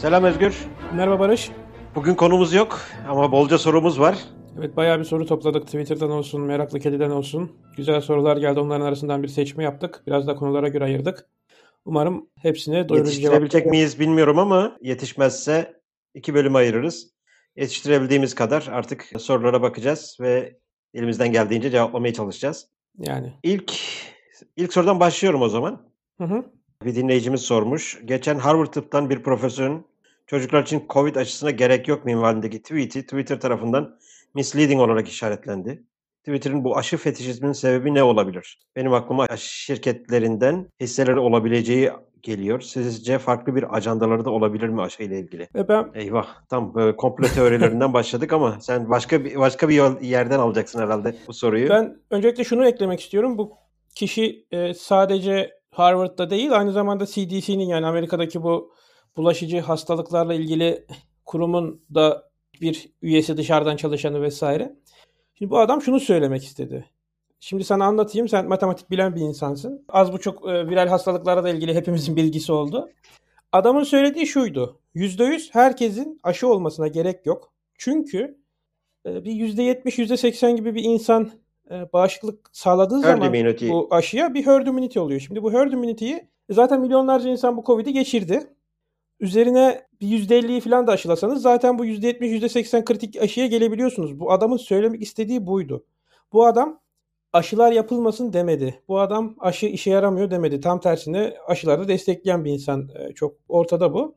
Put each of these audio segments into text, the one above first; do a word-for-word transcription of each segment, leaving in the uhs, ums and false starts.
Selam Özgür. Merhaba Barış. Bugün konumuz yok ama bolca sorumuz var. Evet, bayağı bir soru topladık. Twitter'dan olsun, Meraklı Kedi'den olsun. Güzel sorular geldi. Onların arasından bir seçme yaptık. Biraz da konulara göre ayırdık. Umarım hepsine doyurucu cevap. Yetiştirebilecek miyiz bilmiyorum ama yetişmezse iki bölüm ayırırız. Yetiştirebildiğimiz kadar artık sorulara bakacağız ve elimizden geldiğince cevaplamaya çalışacağız. Yani. İlk ilk sorudan başlıyorum o zaman. Hı hı. Bir dinleyicimiz sormuş. Geçen Harvard Tıp'tan bir profesörün çocuklar için Covid aşısına gerek yok minvalindeki tweet'i Twitter tarafından misleading olarak işaretlendi. Twitter'ın bu aşı fetişizminin sebebi ne olabilir? Benim aklıma aşı şirketlerinden hisseleri olabileceği geliyor. Sizce farklı bir ajandaları da olabilir mi aşıyla ilgili? Ve ben Eyvah, tam böyle komplo teorilerinden başladık ama sen başka bir başka bir yol- yerden alacaksın herhalde bu soruyu. ben öncelikle şunu eklemek istiyorum. Bu kişi e, sadece Harvard'da değil, aynı zamanda C D C'nin, yani Amerika'daki bu bulaşıcı hastalıklarla ilgili kurumun da bir üyesi, dışarıdan çalışanı vesaire. Şimdi bu adam şunu söylemek istedi. Şimdi sana anlatayım. Sen matematik bilen bir insansın. Az buçuk e, viral hastalıklara da ilgili hepimizin bilgisi oldu. Adamın söylediği şuydu. yüzde yüz herkesin aşı olmasına gerek yok. Çünkü e, bir yüzde yetmiş, yüzde seksen gibi bir insan e, bağışıklık sağladığı Herd zaman immunity. bu aşıya bir herd immunity oluyor. Şimdi bu herd immunity'yi zaten milyonlarca insan bu Covid'i geçirdi. Üzerine bir yüzde elliyi falan da aşılasanız zaten bu yüzde yetmiş, yüzde seksen kritik aşıya gelebiliyorsunuz. Bu adamın söylemek istediği buydu. Bu adam aşılar yapılmasın demedi. Bu adam aşı işe yaramıyor demedi. Tam tersine aşıları destekleyen bir insan. Çok ortada bu.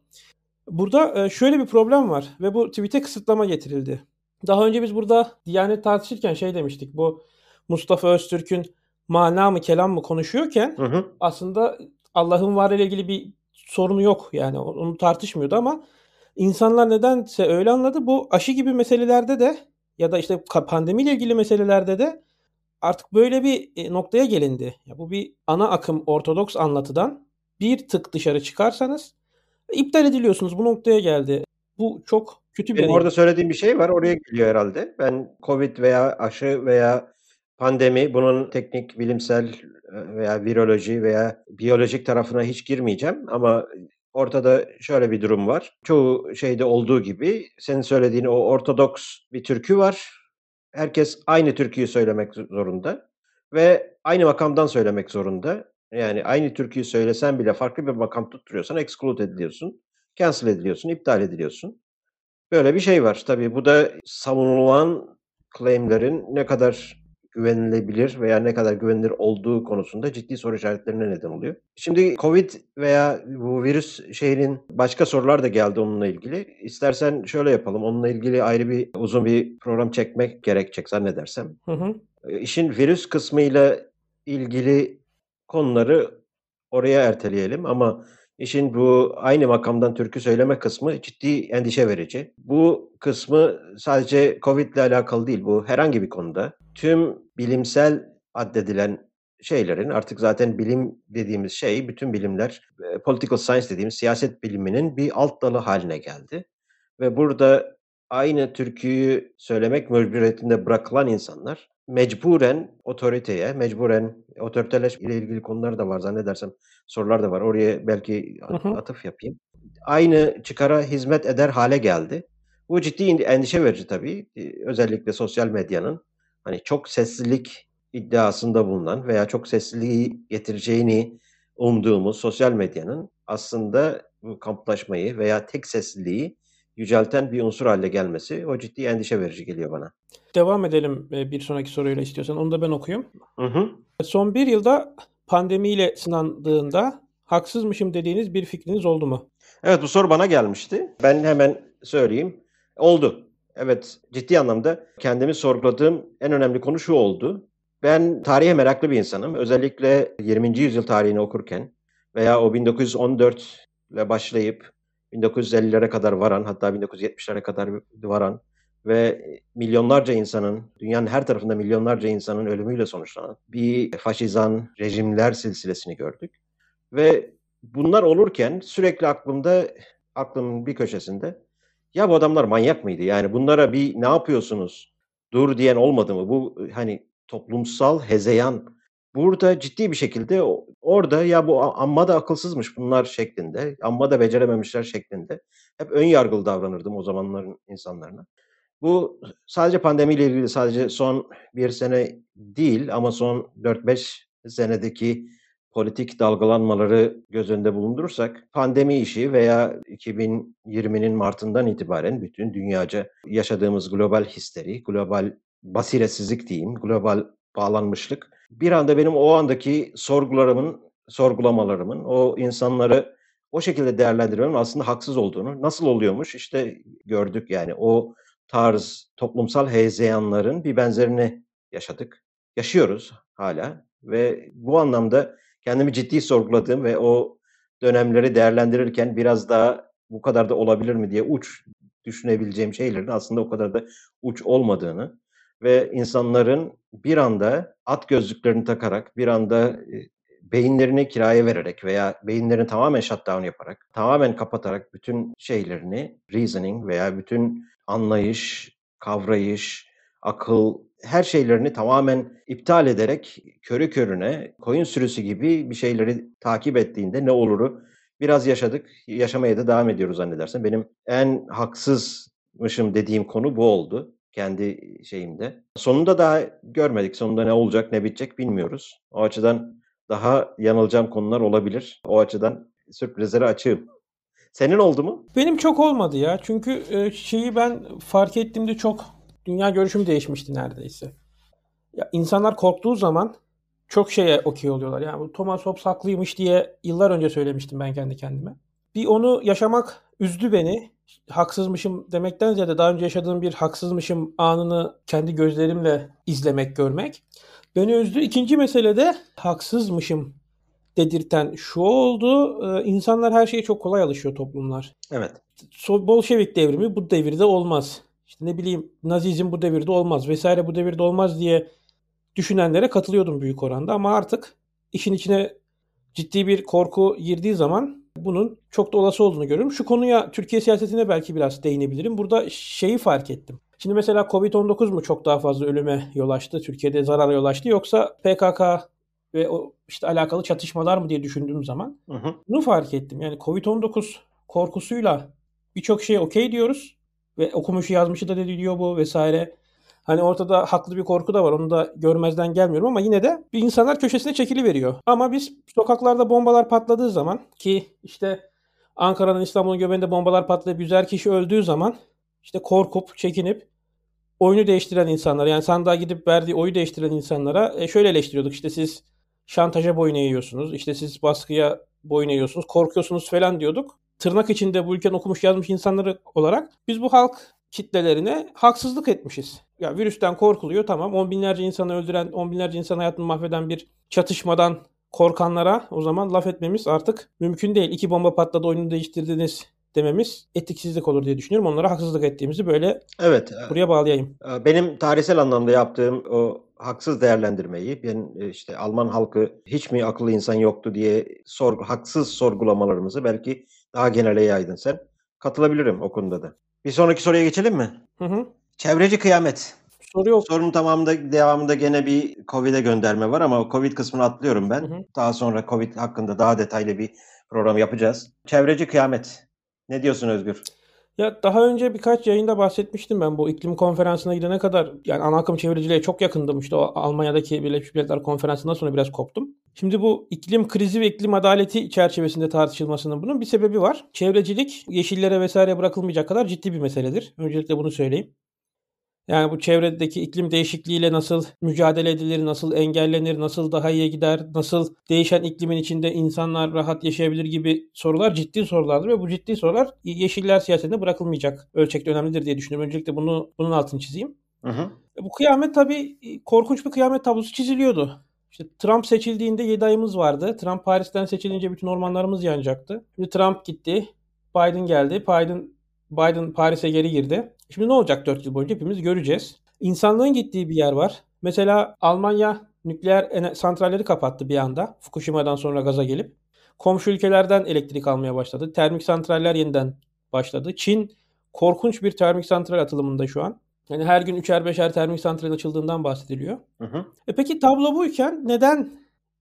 Burada şöyle bir problem var ve bu tweet'e kısıtlama getirildi. Daha önce biz burada Diyanet tartışırken şey demiştik. Bu Mustafa Öztürk'ün mana mı kelam mı konuşuyorken Hı hı. aslında Allah'ın var ile ilgili bir sorunu yok. Yani onu tartışmıyordu ama insanlar nedense öyle anladı. Bu aşı gibi meselelerde de ya da işte pandemiyle ilgili meselelerde de artık böyle bir noktaya gelindi. Ya bu bir ana akım ortodoks anlatıdan bir tık dışarı çıkarsanız iptal ediliyorsunuz. Bu noktaya geldi. Bu çok kötü bir Benim deneyim. orada söylediğim bir şey var. Oraya geliyor herhalde. Ben Covid veya aşı veya pandemi, bunun teknik, bilimsel veya viroloji veya biyolojik tarafına hiç girmeyeceğim. Ama ortada şöyle bir durum var. Çoğu şeyde olduğu gibi senin söylediğin o ortodoks bir türkü var. Herkes aynı türküyü söylemek zorunda ve aynı makamdan söylemek zorunda. Yani aynı türküyü söylesen bile farklı bir makam tutturuyorsan exclude ediliyorsun, cancel ediliyorsun, iptal ediliyorsun. Böyle bir şey var. Tabii bu da savunulan claim'lerin ne kadar güvenilebilir veya ne kadar güvenilir olduğu konusunda ciddi soru işaretlerine neden oluyor. Şimdi Covid veya bu virüs şeyinin başka sorular da geldi onunla ilgili. İstersen şöyle yapalım. Onunla ilgili ayrı bir uzun bir program çekmek gerekecek zannedersem. Hı hı. İşin virüs kısmıyla ilgili konuları oraya erteleyelim ama işin bu aynı makamdan türkü söyleme kısmı ciddi endişe verici. Bu kısmı sadece Covid ile alakalı değil. Bu herhangi bir konuda tüm bilimsel addedilen şeylerin, artık zaten bilim dediğimiz şey, bütün bilimler, political science dediğimiz siyaset biliminin bir alt dalı haline geldi. Ve burada aynı türküyü söylemek mecburiyetinde bırakılan insanlar mecburen otoriteye, mecburen otoriterleşme ile ilgili konular da var zannedersem, sorular da var. Oraya belki Hı hı. atıf yapayım. Aynı çıkara hizmet eder hale geldi. Bu ciddi endişe verici tabii. Özellikle sosyal medyanın hani çok seslilik iddiasında bulunan veya çok sesliliği getireceğini umduğumuz sosyal medyanın aslında bu kamplaşmayı veya tek sesliliği yücelten bir unsur haline gelmesi, o ciddi endişe verici geliyor bana. Devam edelim bir sonraki soruyla istiyorsan. Onu da ben okuyayım. Hı hı. Son bir yılda pandemiyle sınandığında haksızmışım dediğiniz bir fikriniz oldu mu? Evet, bu soru bana gelmişti. Ben hemen söyleyeyim. Oldu. Evet, ciddi anlamda kendimi sorguladığım en önemli konu şu oldu. Ben tarihe meraklı bir insanım. Özellikle yirminci yüzyıl tarihini okurken veya o bin dokuz yüz on dört ile başlayıp bin dokuz yüz ellilere kadar varan, hatta bin dokuz yüz yetmişlere kadar varan ve milyonlarca insanın, dünyanın her tarafında milyonlarca insanın ölümüyle sonuçlanan bir faşizan rejimler silsilesini gördük. Ve bunlar olurken sürekli aklımda, aklımın bir köşesinde, ya bu adamlar manyak mıydı? Yani bunlara bir ne yapıyorsunuz, dur diyen olmadı mı? Bu hani toplumsal hezeyan, burada ciddi bir şekilde o orada ya bu a amma da akılsızmış bunlar şeklinde, amma da becerememişler şeklinde hep ön yargılı davranırdım o zamanların insanlarına. Bu sadece pandemiyle ilgili sadece son bir sene değil ama son dört beş senedeki politik dalgalanmaları göz önünde bulundurursak pandemi işi veya iki bin yirminin Mart'ından itibaren bütün dünyaca yaşadığımız global histeri, global basiretsizlik diyeyim, global bağlanmışlık bir anda benim o andaki sorgularımın, sorgulamalarımın, o insanları o şekilde değerlendirmemin aslında haksız olduğunu, nasıl oluyormuş işte gördük yani o tarz toplumsal hezeyanların bir benzerini yaşadık. Yaşıyoruz hala ve bu anlamda kendimi ciddi sorguladığım ve o dönemleri değerlendirirken biraz daha bu kadar da olabilir mi diye uç düşünebileceğim şeylerin aslında o kadar da uç olmadığını ve insanların bir anda at gözlüklerini takarak, bir anda e, beyinlerini kiraya vererek veya beyinlerini tamamen shutdown yaparak, tamamen kapatarak bütün şeylerini, reasoning veya bütün anlayış, kavrayış, akıl, her şeylerini tamamen iptal ederek körü körüne koyun sürüsü gibi bir şeyleri takip ettiğinde ne oluru biraz yaşadık. Yaşamaya da devam ediyoruz zannedersem. Benim en haksızmışım dediğim konu bu oldu. Kendi şeyimde. Sonunda daha görmedik. Sonunda ne olacak ne bitecek bilmiyoruz. O açıdan daha yanılacağım konular olabilir. O açıdan sürprizlere açığım. Senin oldu mu? Benim çok olmadı ya. Çünkü e, şeyi ben fark ettiğimde çok dünya görüşüm değişmişti neredeyse. Ya insanlar korktuğu zaman çok şeye okey oluyorlar. Yani bu Thomas Hobbes haklıymış diye yıllar önce söylemiştim ben kendi kendime. Bir onu yaşamak üzdü beni. Haksızmışım demekten ziyade daha önce yaşadığım bir haksızmışım anını kendi gözlerimle izlemek, görmek beni üzdü. İkinci mesele de haksızmışım dedirten şu oldu. Ee, insanlar her şeye çok kolay alışıyor, toplumlar. Evet. So- Bolşevik devrimi bu devirde olmaz. İşte ne bileyim Nazizm bu devirde olmaz vesaire bu devirde olmaz diye düşünenlere katılıyordum büyük oranda. Ama artık işin içine ciddi bir korku girdiği zaman bunun çok da olası olduğunu görüyorum. Şu konuya, Türkiye siyasetine belki biraz değinebilirim. Burada şeyi fark ettim. Şimdi mesela covid on dokuz mu çok daha fazla ölüme yol açtı, Türkiye'de zarara yol açtı, yoksa P K K ve o işte alakalı çatışmalar mı diye düşündüğüm zaman Hı hı. bunu fark ettim. Yani covid on dokuz korkusuyla birçok şeye okey diyoruz ve okumuşu yazmışı da dediliyor bu vesaire. Hani ortada haklı bir korku da var. Onu da görmezden gelmiyorum ama yine de bir insanlar köşesine çekiliveriyor. Ama biz sokaklarda bombalar patladığı zaman, ki işte Ankara'nın, İstanbul'un göbeğinde bombalar patlayıp yüzer kişi öldüğü zaman işte korkup, çekinip oyunu değiştiren insanlar, yani sandığa gidip verdiği oyu değiştiren insanlara e, şöyle eleştiriyorduk. İşte siz şantaja boyun eğiyorsunuz. İşte siz baskıya boyun eğiyorsunuz. Korkuyorsunuz falan diyorduk. Tırnak içinde bu ülkenin okumuş yazmış insanları olarak biz bu halk kitlelerine haksızlık etmişiz. Ya virüsten korkuluyor, tamam. On binlerce insanı öldüren, on binlerce insan hayatını mahveden bir çatışmadan korkanlara o zaman laf etmemiz artık mümkün değil. İki bomba patladı, oyunu değiştirdiniz dememiz etiksizlik olur diye düşünüyorum. Onlara haksızlık ettiğimizi böyle Evet. buraya bağlayayım. Benim tarihsel anlamda yaptığım o haksız değerlendirmeyi, ben işte Alman halkı hiç mi akıllı insan yoktu diye sor, haksız sorgulamalarımızı belki daha genele yaydın sen. Katılabilirim o konuda da. Bir sonraki soruya geçelim mi? Hı hı. Çevreci kıyamet. Soru yok. Sorunun tamamında devamında gene bir Covid'e gönderme var ama o Covid kısmını atlıyorum ben. Hı hı. Daha sonra Covid hakkında daha detaylı bir program yapacağız. Çevreci kıyamet. Ne diyorsun Özgür? Ya daha önce birkaç yayında bahsetmiştim ben, bu iklim konferansına gidene kadar yani ana akım çevreciliğe çok yakındım. İşte o Almanya'daki Birleşmiş Milletler Konferansı'ndan sonra biraz koptum. Şimdi bu iklim krizi ve iklim adaleti çerçevesinde tartışılmasının bunun bir sebebi var. Çevrecilik yeşillere vesaire bırakılmayacak kadar ciddi bir meseledir. Öncelikle bunu söyleyeyim. Yani bu çevredeki iklim değişikliğiyle nasıl mücadele edilir, nasıl engellenir, nasıl daha iyi gider, nasıl değişen iklimin içinde insanlar rahat yaşayabilir gibi sorular ciddi sorulardır ve bu ciddi sorular yeşiller siyasetinde bırakılmayacak ölçekte önemlidir diye düşünüyorum. Öncelikle bunu bunun altını çizeyim. Hı hı. Bu kıyamet tabii korkunç bir kıyamet tablosu çiziliyordu. İşte Trump seçildiğinde yedi ayımız vardı. Trump Paris'ten seçilince bütün ormanlarımız yanacaktı. Şimdi Trump gitti, Biden geldi. Biden Biden Paris'e geri girdi. Şimdi ne olacak dört yıl boyunca hepimiz göreceğiz. İnsanlığın gittiği bir yer var. Mesela Almanya nükleer santralleri kapattı bir anda. Fukushima'dan sonra gaza gelip. Komşu ülkelerden elektrik almaya başladı. Termik santraller yeniden başladı. Çin korkunç bir termik santral atılımında şu an. Yani her gün üçer beşer termik santral açıldığından bahsediliyor. Hı hı. E peki tablo buyken neden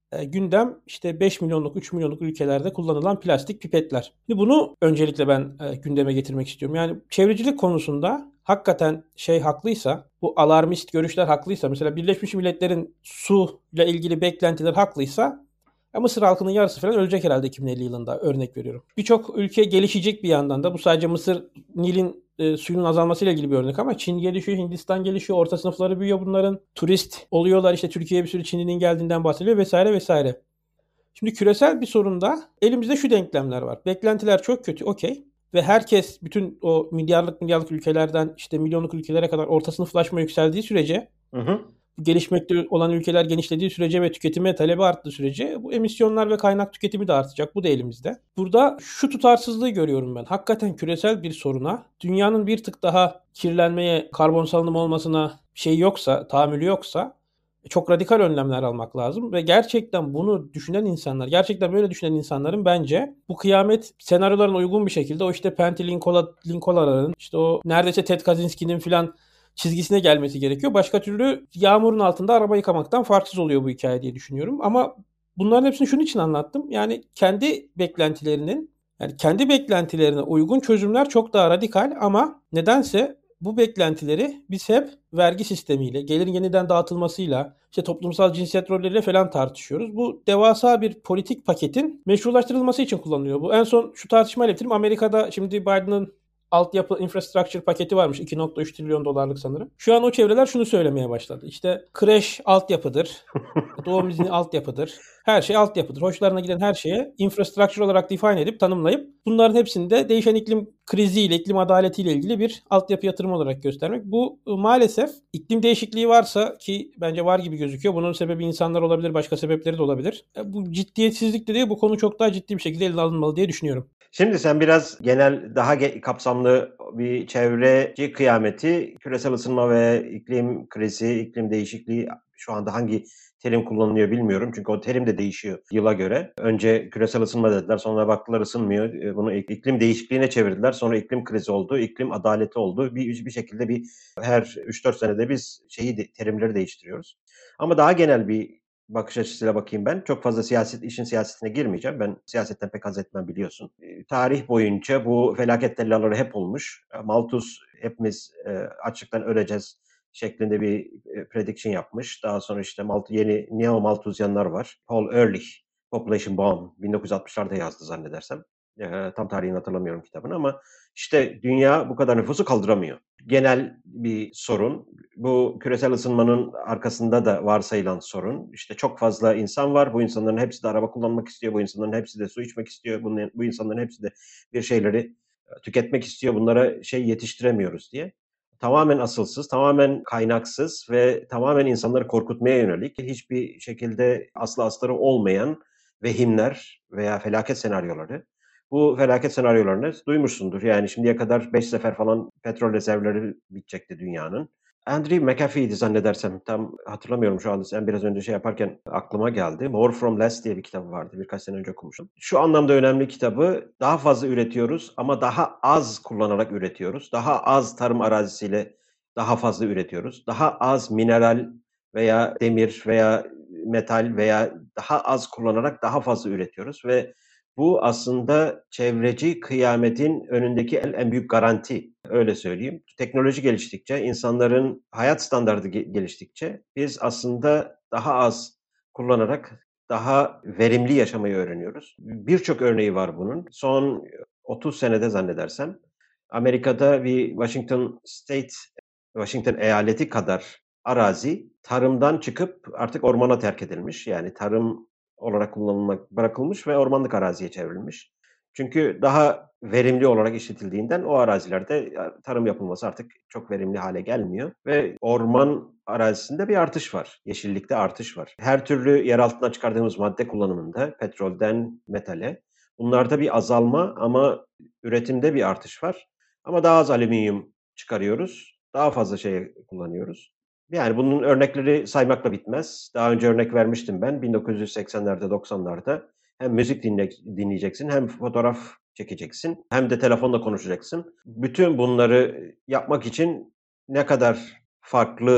e, gündem işte beş milyonluk, üç milyonluk ülkelerde kullanılan plastik pipetler. Şimdi bunu öncelikle ben e, gündeme getirmek istiyorum. Yani çevrecilik konusunda hakikaten şey haklıysa, bu alarmist görüşler haklıysa, mesela Birleşmiş Milletler'in su ile ilgili beklentiler haklıysa, ya Mısır halkının yarısı falan ölecek herhalde iki bin elli yılında, örnek veriyorum. Birçok ülke gelişecek bir yandan da. Bu sadece Mısır, Nil'in e, suyunun azalmasıyla ilgili bir örnek ama Çin gelişiyor, Hindistan gelişiyor, orta sınıfları büyüyor bunların. Turist oluyorlar, işte Türkiye'ye bir sürü Çinli'nin geldiğinden bahsediliyor vesaire vesaire. Şimdi küresel bir sorunda elimizde şu denklemler var. Beklentiler çok kötü, okey. Ve herkes, bütün o milyarlık milyarlık ülkelerden işte milyonluk ülkelere kadar orta sınıflaşma yükseldiği sürece, Hı hı. gelişmekte olan ülkeler genişlediği sürece ve tüketime talebi arttığı sürece bu emisyonlar ve kaynak tüketimi de artacak. Bu da elimizde. Burada şu tutarsızlığı görüyorum ben. Hakikaten küresel bir soruna, dünyanın bir tık daha kirlenmeye, karbon salınımı olmasına şey yoksa, tahammülü yoksa çok radikal önlemler almak lazım ve gerçekten bunu düşünen insanlar, gerçekten böyle düşünen insanların bence bu kıyamet senaryolarına uygun bir şekilde o işte Pentti Lincoln'ların, işte o neredeyse Ted Kaczynski'nin filan çizgisine gelmesi gerekiyor. Başka türlü yağmurun altında araba yıkamaktan farksız oluyor bu hikaye diye düşünüyorum. Ama bunların hepsini şunun için anlattım. Yani kendi beklentilerinin, yani kendi beklentilerine uygun çözümler çok daha radikal ama nedense bu beklentileri biz hep vergi sistemiyle, gelirin yeniden dağıtılmasıyla, işte toplumsal cinsiyet rolleriyle falan tartışıyoruz. Bu devasa bir politik paketin meşrulaştırılması için kullanılıyor. Bu en son şu tartışmayla bitireyim. Amerika'da şimdi Biden'ın altyapı infrastructure paketi varmış. iki nokta üç trilyon dolarlık sanırım. Şu an o çevreler şunu söylemeye başladı. İşte kreş altyapıdır. Doğum izni altyapıdır. Her şey altyapıdır. Hoşlarına giden her şeye infrastructure olarak define edip tanımlayıp bunların hepsini de değişen iklim kriziyle, iklim adaletiyle ilgili bir altyapı yatırımı olarak göstermek. Bu maalesef iklim değişikliği varsa, ki bence var gibi gözüküyor. Bunun sebebi insanlar olabilir, başka sebepleri de olabilir. Bu ciddiyetsizlik de değil, bu konu çok daha ciddi bir şekilde eline alınmalı diye düşünüyorum. Şimdi sen biraz genel, daha ge- kapsamlı bir çevreci kıyameti, küresel ısınma ve iklim krizi, iklim değişikliği, şu anda hangi terim kullanılıyor bilmiyorum. Çünkü o terim de değişiyor yıla göre. Önce küresel ısınma dediler, sonra baktılar ısınmıyor. E, Bunu ik- iklim değişikliğine çevirdiler. Sonra iklim krizi oldu, iklim adaleti oldu. Bir, bir şekilde bir her üç dört senede biz şeyi de, terimleri değiştiriyoruz. Ama daha genel bir bakış açısıyla bakayım ben. Çok fazla siyaset, işin siyasetine girmeyeceğim. Ben siyasetten pek haz etmem, biliyorsun. E, tarih boyunca bu felaket tellaları hep olmuş. E, Malthus hepimiz e, açlıktan öleceğiz şeklinde bir e, prediction yapmış. Daha sonra işte Malt yeni neo-Malthusianlar var. Paul Ehrlich, Population Bomb bin dokuz yüz altmışlarda yazdı zannedersem. E, tam tarihini hatırlamıyorum kitabını ama işte dünya bu kadar nüfusu kaldıramıyor. Genel bir sorun. Bu küresel ısınmanın arkasında da varsayılan sorun. İşte çok fazla insan var. Bu insanların hepsi de araba kullanmak istiyor. Bu insanların hepsi de su içmek istiyor. Bunun, bu insanların hepsi de bir şeyleri e, tüketmek istiyor. Bunlara şey yetiştiremiyoruz diye. Tamamen asılsız, tamamen kaynaksız ve tamamen insanları korkutmaya yönelik, hiçbir şekilde aslı astarı olmayan vehimler veya felaket senaryoları. Bu felaket senaryolarını duymuşsundur. Yani şimdiye kadar beş sefer falan petrol rezervleri bitecekti dünyanın. Andrew McAfee'ydi zannedersem. Tam hatırlamıyorum şu anda. Sen biraz önce şey yaparken aklıma geldi. More from Less diye bir kitabı vardı. Birkaç sene önce okumuştum. Şu anlamda önemli kitabı: daha fazla üretiyoruz ama daha az kullanarak üretiyoruz. Daha az tarım arazisiyle daha fazla üretiyoruz. Daha az mineral veya demir veya metal veya daha az kullanarak daha fazla üretiyoruz ve bu aslında çevreci kıyametin önündeki en, en büyük garanti, öyle söyleyeyim. Teknoloji geliştikçe, insanların hayat standardı ge- geliştikçe biz aslında daha az kullanarak daha verimli yaşamayı öğreniyoruz. Birçok örneği var bunun. Son otuz senede zannedersem Amerika'da bir Washington State, Washington eyaleti kadar arazi tarımdan çıkıp artık ormana terk edilmiş. Yani tarım olarak kullanılmak bırakılmış ve ormanlık araziye çevrilmiş. Çünkü daha verimli olarak işletildiğinden o arazilerde tarım yapılması artık çok verimli hale gelmiyor ve orman arazisinde bir artış var. Yeşillikte artış var. Her türlü yer altından çıkardığımız madde kullanımında, petrolden metale, bunlarda bir azalma ama üretimde bir artış var. Ama daha az alüminyum çıkarıyoruz. Daha fazla şey kullanıyoruz. Yani bunun örnekleri saymakla bitmez. Daha önce örnek vermiştim ben. bin dokuz yüz seksenlerde, doksanlarda hem müzik dinle, dinleyeceksin, hem fotoğraf çekeceksin, hem de telefonla konuşacaksın. Bütün bunları yapmak için ne kadar farklı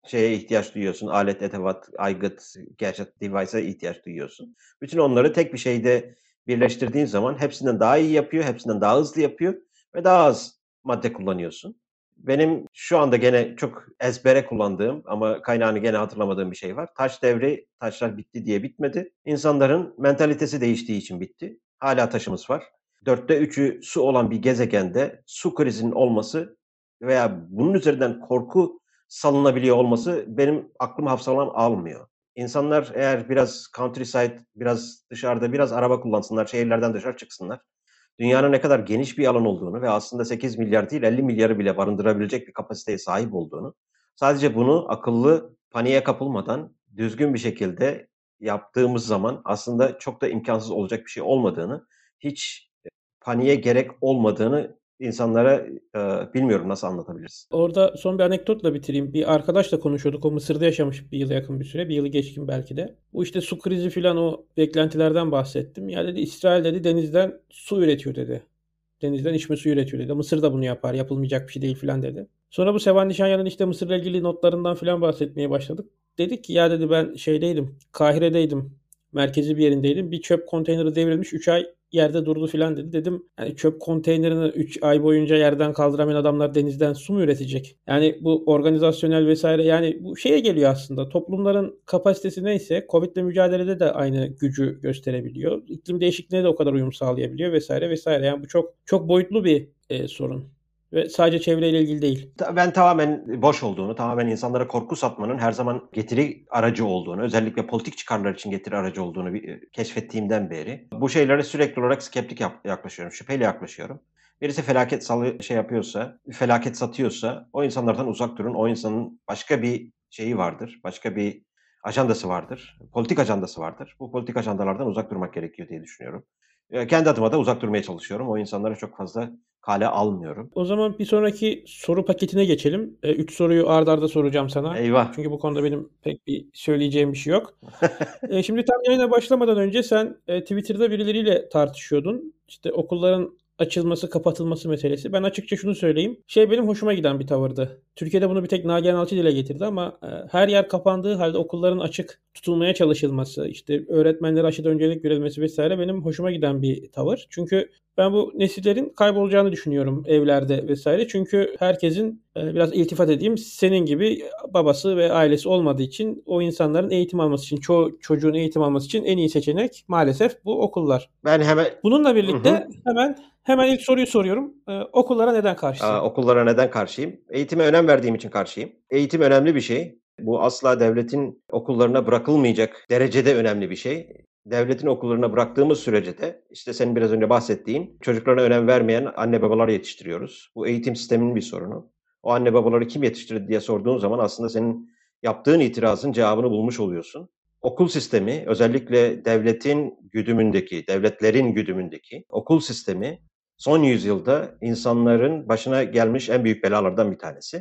şeye ihtiyaç duyuyorsun. Alet, edevat, aygıt, gadget, device'a ihtiyaç duyuyorsun. Bütün onları tek bir şeyde birleştirdiğin zaman hepsinden daha iyi yapıyor, hepsinden daha hızlı yapıyor ve daha az madde kullanıyorsun. Benim şu anda gene çok ezbere kullandığım ama kaynağını gene hatırlamadığım bir şey var. Taş devri, taşlar bitti diye bitmedi. İnsanların mentalitesi değiştiği için bitti. Hala taşımız var. Dörtte üçü su olan bir gezegende su krizinin olması veya bunun üzerinden korku salınabiliyor olması benim aklım hafsalam almıyor. İnsanlar eğer biraz countryside, biraz dışarıda, biraz araba kullansınlar, şehirlerden dışarı çıksınlar. Dünyanın ne kadar geniş bir alan olduğunu ve aslında sekiz milyar değil elli milyarı bile barındırabilecek bir kapasiteye sahip olduğunu, sadece bunu akıllı, paniğe kapılmadan düzgün bir şekilde yaptığımız zaman aslında çok da imkansız olacak bir şey olmadığını, hiç paniğe gerek olmadığını insanlara e, bilmiyorum nasıl anlatabiliriz. Orada son bir anekdotla bitireyim. Bir arkadaşla konuşuyorduk. O Mısır'da yaşamış bir yıla yakın bir süre. Bir yılı geçkin belki de. Bu işte su krizi filan o beklentilerden bahsettim. Ya dedi İsrail dedi denizden su üretiyor dedi. Denizden içme suyu üretiyor dedi. Mısır da bunu yapar. Yapılmayacak bir şey değil filan dedi. Sonra bu Sevan Nişanyan'ın işte Mısır'la ilgili notlarından filan bahsetmeye başladık. Dedik ki ya dedi ben şeydeydim. Kahire'deydim. Merkezi bir yerindeydim. Bir çöp konteyneri devrilmiş. üç ay yerde durdu filan dedi. Dedim yani çöp konteynerini üç ay boyunca yerden kaldıramayan adamlar denizden su mu üretecek? Yani bu organizasyonel vesaire yani bu şeye geliyor aslında. Toplumların kapasitesi neyse Covid'le mücadelede de aynı gücü gösterebiliyor. İklim değişikliğine de o kadar uyum sağlayabiliyor vesaire vesaire. Yani bu çok çok boyutlu bir e, sorun. Ve sadece çevreyle ilgili değil. Ben tamamen boş olduğunu, tamamen insanlara korku satmanın her zaman getiri aracı olduğunu, özellikle politik çıkarlar için getiri aracı olduğunu bir, keşfettiğimden beri bu şeylere sürekli olarak skeptik yaklaşıyorum, şüpheyle yaklaşıyorum. Birisi felaket salı şey yapıyorsa, felaket satıyorsa o insanlardan uzak durun. O insanın başka bir şeyi vardır, başka bir ajandası vardır, politik ajandası vardır. Bu politik ajandalardan uzak durmak gerekiyor diye düşünüyorum. Kendi adıma da uzak durmaya çalışıyorum. O insanları çok fazla kale almıyorum. O zaman bir sonraki soru paketine geçelim. E, üç soruyu ard arda soracağım sana. Eyvah. Çünkü bu konuda benim pek bir söyleyeceğim bir şey yok. e, şimdi tam yayına başlamadan önce sen e, Twitter'da birileriyle tartışıyordun. İşte okulların açılması, kapatılması meselesi. Ben açıkça şunu söyleyeyim. Şey benim hoşuma giden bir tavırdı. Türkiye'de bunu bir tek Nagihan Alçı dile getirdi ama e, her yer kapandığı halde okulların açık tutulmaya çalışılması, işte öğretmenlere aşıda öncelik verilmesi vesaire benim hoşuma giden bir tavır. Çünkü ben bu nesillerin kaybolacağını düşünüyorum evlerde vesaire. Çünkü herkesin e, biraz iltifat edeyim senin gibi babası ve ailesi olmadığı için o insanların eğitim alması için, çoğu çocuğun eğitim alması için en iyi seçenek maalesef bu okullar. Ben hemen Bununla birlikte Hı hı. hemen hemen ilk soruyu soruyorum. Ee, okullara neden karşısın? Aa, okullara neden karşıyım? Eğitime önem verdiğim için karşıyım. Eğitim önemli bir şey. Bu asla devletin okullarına bırakılmayacak derecede önemli bir şey. Devletin okullarına bıraktığımız sürece de işte senin biraz önce bahsettiğin çocuklarına önem vermeyen anne babalar yetiştiriyoruz. Bu eğitim sisteminin bir sorunu. O anne babaları kim yetiştirdi diye sorduğun zaman aslında senin yaptığın itirazın cevabını bulmuş oluyorsun. Okul sistemi, özellikle devletin güdümündeki, devletlerin güdümündeki okul sistemi son yüzyılda insanların başına gelmiş en büyük belalardan bir tanesi.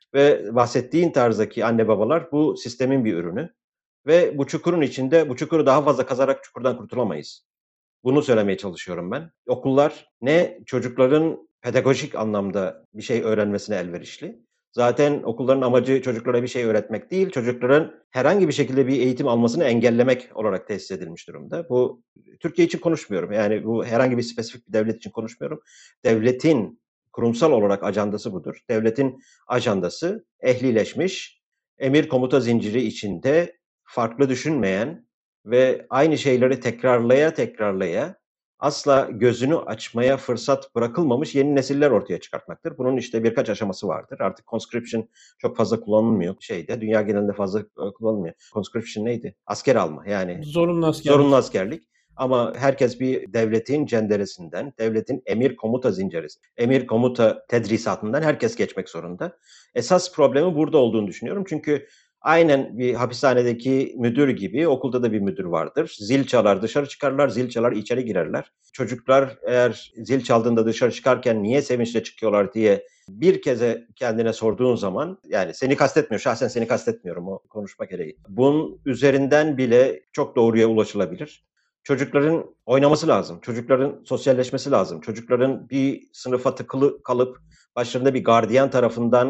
Ve bahsettiğin tarzdaki anne babalar bu sistemin bir ürünü. Ve bu çukurun içinde bu çukuru daha fazla kazarak çukurdan kurtulamayız. Bunu söylemeye çalışıyorum ben. Okullar ne çocukların pedagojik anlamda bir şey öğrenmesine elverişli. Zaten okulların amacı çocuklara bir şey öğretmek değil, çocukların herhangi bir şekilde bir eğitim almasını engellemek olarak tesis edilmiş durumda. Bu Türkiye için konuşmuyorum. Yani bu herhangi bir spesifik bir devlet için konuşmuyorum. Devletin kurumsal olarak ajandası budur. Devletin ajandası ehlileşmiş, emir komuta zinciri içinde farklı düşünmeyen ve aynı şeyleri tekrarlaya tekrarlaya asla gözünü açmaya fırsat bırakılmamış yeni nesiller ortaya çıkartmaktır. Bunun işte birkaç aşaması vardır. Artık conscription çok fazla kullanılmıyor şeyde. Dünya genelinde fazla kullanılmıyor. Conscription neydi? Asker alma yani. Zorunlu askerlik. Zorunlu askerlik. Ama herkes bir devletin cenderesinden, devletin emir komuta zinciri, emir komuta tedrisatından herkes geçmek zorunda. Esas problemi burada olduğunu düşünüyorum. Çünkü aynen bir hapishanedeki müdür gibi okulda da bir müdür vardır. Zil çalar dışarı çıkarlar, zil çalar içeri girerler. Çocuklar eğer zil çaldığında dışarı çıkarken niye sevinçle çıkıyorlar diye bir keze kendine sorduğun zaman, yani seni kastetmiyor, şahsen seni kastetmiyorum o konuşma gereği. Bunun üzerinden bile çok doğruya ulaşılabilir. Çocukların oynaması lazım, çocukların sosyalleşmesi lazım, çocukların bir sınıfa tıkılı kalıp başlarında bir gardiyan tarafından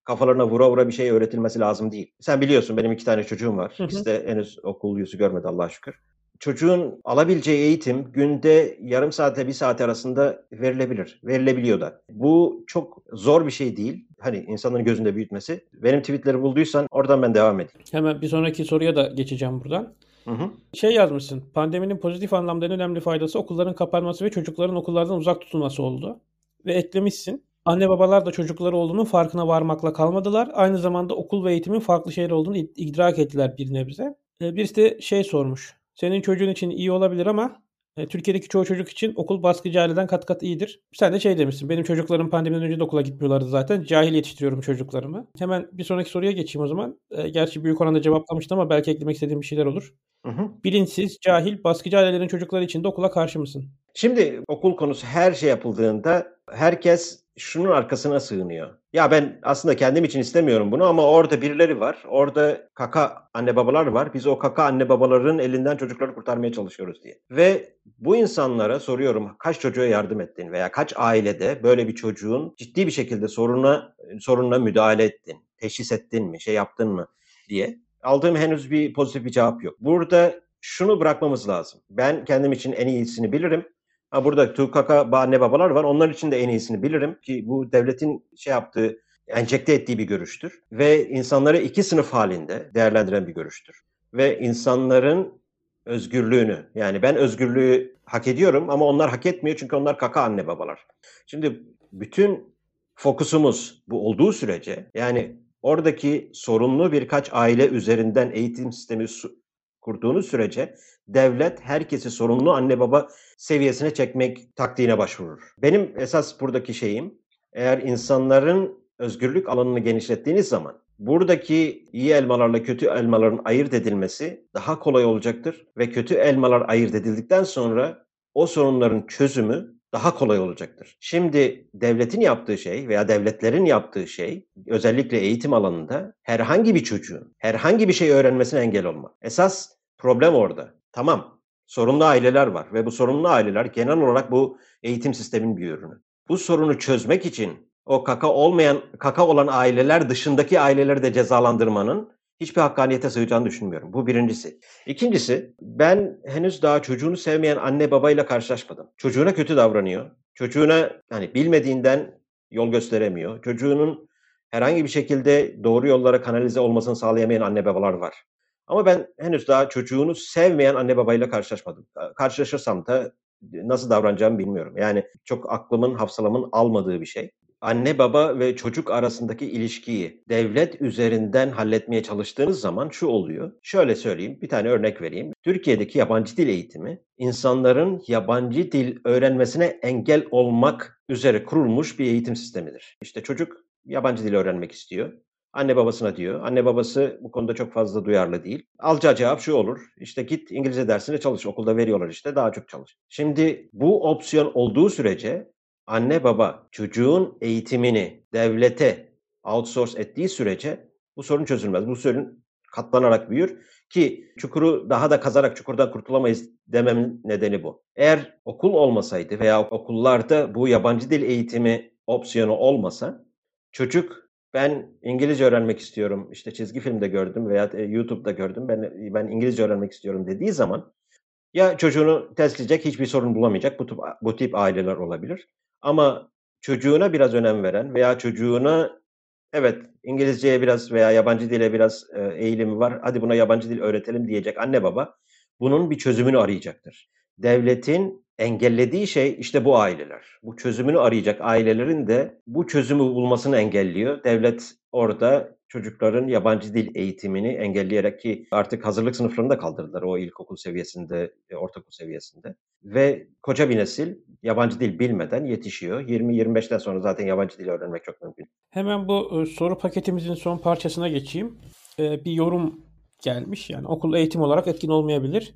kafalarına vura vura bir şey öğretilmesi lazım değil. Sen biliyorsun benim iki tane çocuğum var. Hı hı. İkisi de henüz okul yüzü görmedi Allah'a şükür. Çocuğun alabileceği eğitim günde yarım saate bir saat arasında verilebilir. Verilebiliyor da. Bu çok zor bir şey değil. Hani insanların gözünde büyütmesi. Benim tweetleri bulduysan oradan ben devam edeyim. Hemen bir sonraki soruya da geçeceğim buradan. Hı hı. Şey yazmışsın. Pandeminin pozitif anlamda en önemli faydası okulların kapanması ve çocukların okullardan uzak tutulması oldu. Ve eklemişsin. Anne babalar da çocukları olduğunun farkına varmakla kalmadılar. Aynı zamanda okul ve eğitimin farklı şeyler olduğunu idrak ettiler bir nebze. Birisi de şey sormuş. Senin çocuğun için iyi olabilir ama e, Türkiye'deki çoğu çocuk için okul baskıcı aileden kat kat iyidir. Sen de şey demişsin. Benim çocuklarım pandemiden önce de okula gitmiyorlardı zaten. Cahil yetiştiriyorum çocuklarımı. Hemen bir sonraki soruya geçeyim o zaman. E, gerçi büyük oranda cevaplamıştım ama belki eklemek istediğim bir şeyler olur. Hı hı. Bilinçsiz, cahil, baskıcı ailelerin çocukları için de okula karşı mısın? Şimdi okul konusu her şey yapıldığında herkes şunun arkasına sığınıyor. Ya ben aslında kendim için istemiyorum bunu ama orada birileri var. Orada kaka anne babalar var. Biz o kaka anne babaların elinden çocukları kurtarmaya çalışıyoruz diye. Ve bu insanlara soruyorum kaç çocuğa yardım ettin veya kaç ailede böyle bir çocuğun ciddi bir şekilde soruna sorununa müdahale ettin, teşhis ettin mi, şey yaptın mı diye. Aldığım henüz bir pozitif bir cevap yok. Burada şunu bırakmamız lazım. Ben kendim için en iyisini bilirim. Ha burada T K K anne babalar var. Onlar için de en iyisini bilirim ki bu devletin şey yaptığı, enjekte ettiği bir görüştür. Ve insanları iki sınıf halinde değerlendiren bir görüştür. Ve insanların özgürlüğünü, yani ben özgürlüğü hak ediyorum ama onlar hak etmiyor çünkü onlar kaka anne babalar. Şimdi bütün fokusumuz bu olduğu sürece, yani oradaki sorunlu birkaç aile üzerinden eğitim sistemi kurduğunuz sürece devlet herkesi sorumlu anne baba seviyesine çekmek taktiğine başvurur. Benim esas buradaki şeyim, eğer insanların özgürlük alanını genişlettiğiniz zaman buradaki iyi elmalarla kötü elmaların ayırt edilmesi daha kolay olacaktır ve kötü elmalar ayırt edildikten sonra o sorunların çözümü daha kolay olacaktır. Şimdi devletin yaptığı şey veya devletlerin yaptığı şey, özellikle eğitim alanında herhangi bir çocuğun herhangi bir şey öğrenmesine engel olmak. Esas problem orada. Tamam, sorunlu aileler var ve bu sorunlu aileler genel olarak bu eğitim sisteminin bir ürünü. Bu sorunu çözmek için o kaka olmayan, kaka olan aileler dışındaki aileleri de cezalandırmanın hiçbir hakkaniyete sığacağını düşünmüyorum. Bu birincisi. İkincisi, ben henüz daha çocuğunu sevmeyen anne babayla karşılaşmadım. Çocuğuna kötü davranıyor. Çocuğuna hani bilmediğinden yol gösteremiyor. Çocuğunun herhangi bir şekilde doğru yollara kanalize olmasını sağlayamayan anne babalar var. Ama ben henüz daha çocuğunu sevmeyen anne babayla karşılaşmadım. Karşılaşırsam da nasıl davranacağımı bilmiyorum. Yani çok aklımın, hafsalamın almadığı bir şey. Anne baba ve çocuk arasındaki ilişkiyi devlet üzerinden halletmeye çalıştığınız zaman şu oluyor. Şöyle söyleyeyim, bir tane örnek vereyim. Türkiye'deki yabancı dil eğitimi, insanların yabancı dil öğrenmesine engel olmak üzere kurulmuş bir eğitim sistemidir. İşte çocuk yabancı dil öğrenmek istiyor. Anne babasına diyor. Anne babası bu konuda çok fazla duyarlı değil. Alacağı cevap şu olur. İşte git İngilizce dersine çalış. Okulda veriyorlar işte daha çok çalış. Şimdi bu opsiyon olduğu sürece anne baba çocuğun eğitimini devlete outsource ettiği sürece bu sorun çözülmez. Bu sorun katlanarak büyür ki çukuru daha da kazarak çukurdan kurtulamayız dememin nedeni bu. Eğer okul olmasaydı veya okullarda bu yabancı dil eğitimi opsiyonu olmasa çocuk ben İngilizce öğrenmek istiyorum. İşte çizgi filmde gördüm veya YouTube'da gördüm. Ben ben İngilizce öğrenmek istiyorum dediği zaman ya çocuğunu tesleyecek hiçbir sorun bulamayacak bu tip, bu tip aileler olabilir. Ama çocuğuna biraz önem veren veya çocuğuna evet İngilizceye biraz veya yabancı dile biraz eğilimi var. Hadi buna yabancı dil öğretelim diyecek anne baba bunun bir çözümünü arayacaktır. Devletin engellediği şey işte bu aileler. Bu çözümünü arayacak ailelerin de bu çözümü bulmasını engelliyor. Devlet orada çocukların yabancı dil eğitimini engelleyerek ki artık hazırlık sınıflarını da kaldırdılar o ilkokul seviyesinde, ortaokul seviyesinde. Ve koca bir nesil yabancı dil bilmeden yetişiyor. yirmi yirmi beşten sonra zaten yabancı dil öğrenmek çok mümkün. Hemen bu soru paketimizin son parçasına geçeyim. Bir yorum gelmiş. Yani okul eğitim olarak etkin olmayabilir.